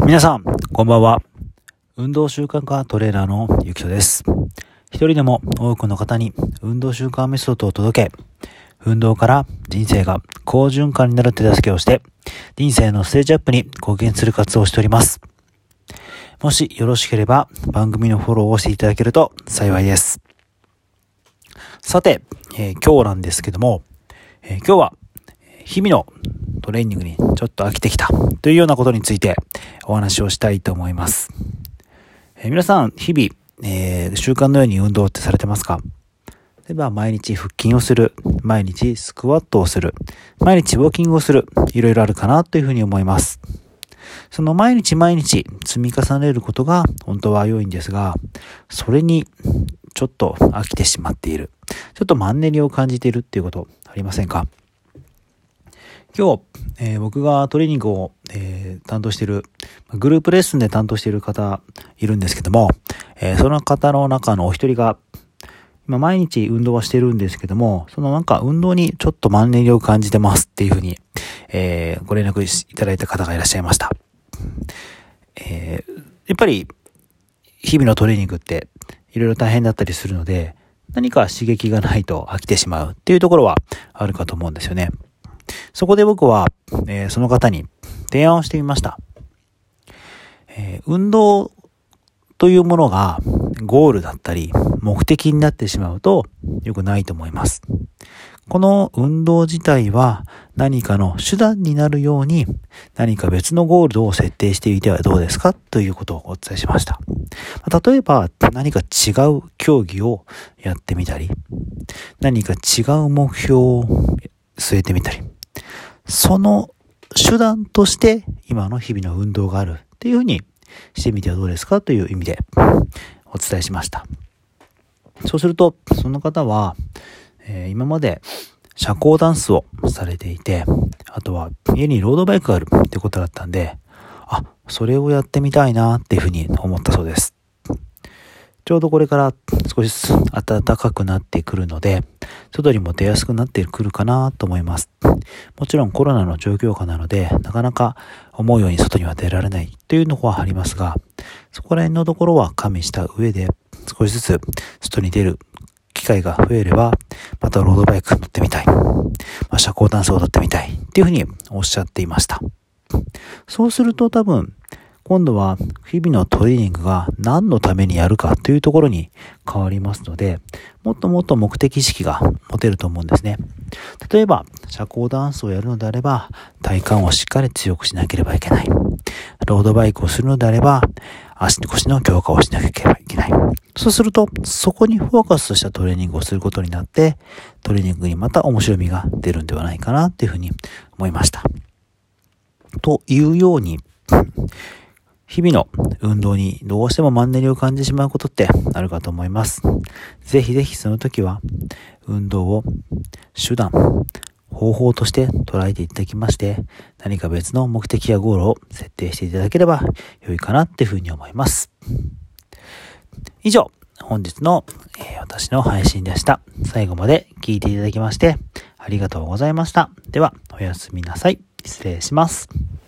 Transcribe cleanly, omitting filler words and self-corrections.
皆さん、こんばんは。運動習慣化トレーナーのゆきとです。一人でも多くの方に運動習慣メソッドを届け、運動から人生が好循環になる手助けをして、人生のステージアップに貢献する活動をしております。もしよろしければ番組のフォローをしていただけると幸いです。さて、今日なんですけども、今日は日々のトレーニングにちょっと飽きてきたというようなことについてお話をしたいと思います。皆さん日々、習慣のように運動ってされてますか？例えば毎日腹筋をする、毎日スクワットをする、毎日ウォーキングをする、いろいろあるかなというふうに思います。その毎日積み重ねることが本当は良いんですが、それにちょっと飽きてしまっている、ちょっとマンネリを感じているっていうことありませんか？今日、僕がトレーニングを、担当しているグループレッスンで担当している方いるんですけども、その方の中のお一人が今毎日運動はしてるんですけども、その運動にちょっとマンネリを感じてますっていうふうに、ご連絡いただいた方がいらっしゃいました。やっぱり日々のトレーニングっていろいろ大変だったりするので、何か刺激がないと飽きてしまうっていうところはあるかと思うんですよね。そこで僕は、その方に提案をしてみました。運動というものがゴールだったり目的になってしまうと良くないと思います。この運動自体は何かの手段になるように何か別のゴールを設定してみてはどうですかということをお伝えしました。例えば何か違う競技をやってみたり、何か違う目標を据えてみたり、その手段として今の日々の運動があるっていうふうにしてみてはどうですかという意味でお伝えしました。そうするとその方は、今まで社交ダンスをされていて、あとは家にロードバイクがあるってことだったんで、それをやってみたいなっていうふうに思ったそうです。ちょうどこれから少しずつ暖かくなってくるので、外にも出やすくなってくるかなと思います。もちろんコロナの状況下なので、なかなか思うように外には出られないというのはありますが、そこら辺のところは加味した上で、少しずつ外に出る機会が増えれば、またロードバイク乗ってみたい、社交ダンスを踊ってみたいっていうふうにおっしゃっていました。そうすると多分、今度は日々のトレーニングが何のためにやるかというところに変わりますので、もっともっと目的意識が持てると思うんですね。例えば社交ダンスをやるのであれば体幹をしっかり強くしなければいけない。ロードバイクをするのであれば足腰の強化をしなければいけない。そうするとそこにフォーカスしたトレーニングをすることになって、トレーニングにまた面白みが出るんではないかなというふうに思いました。というように、日々の運動にどうしてもマンネリを感じてしまうことってあるかと思います。ぜひぜひその時は運動を手段、方法として捉えていただきまして、何か別の目的やゴールを設定していただければ良いかなっていうふうに思います。以上、本日の、私の配信でした。最後まで聞いていただきましてありがとうございました。では、おやすみなさい。失礼します。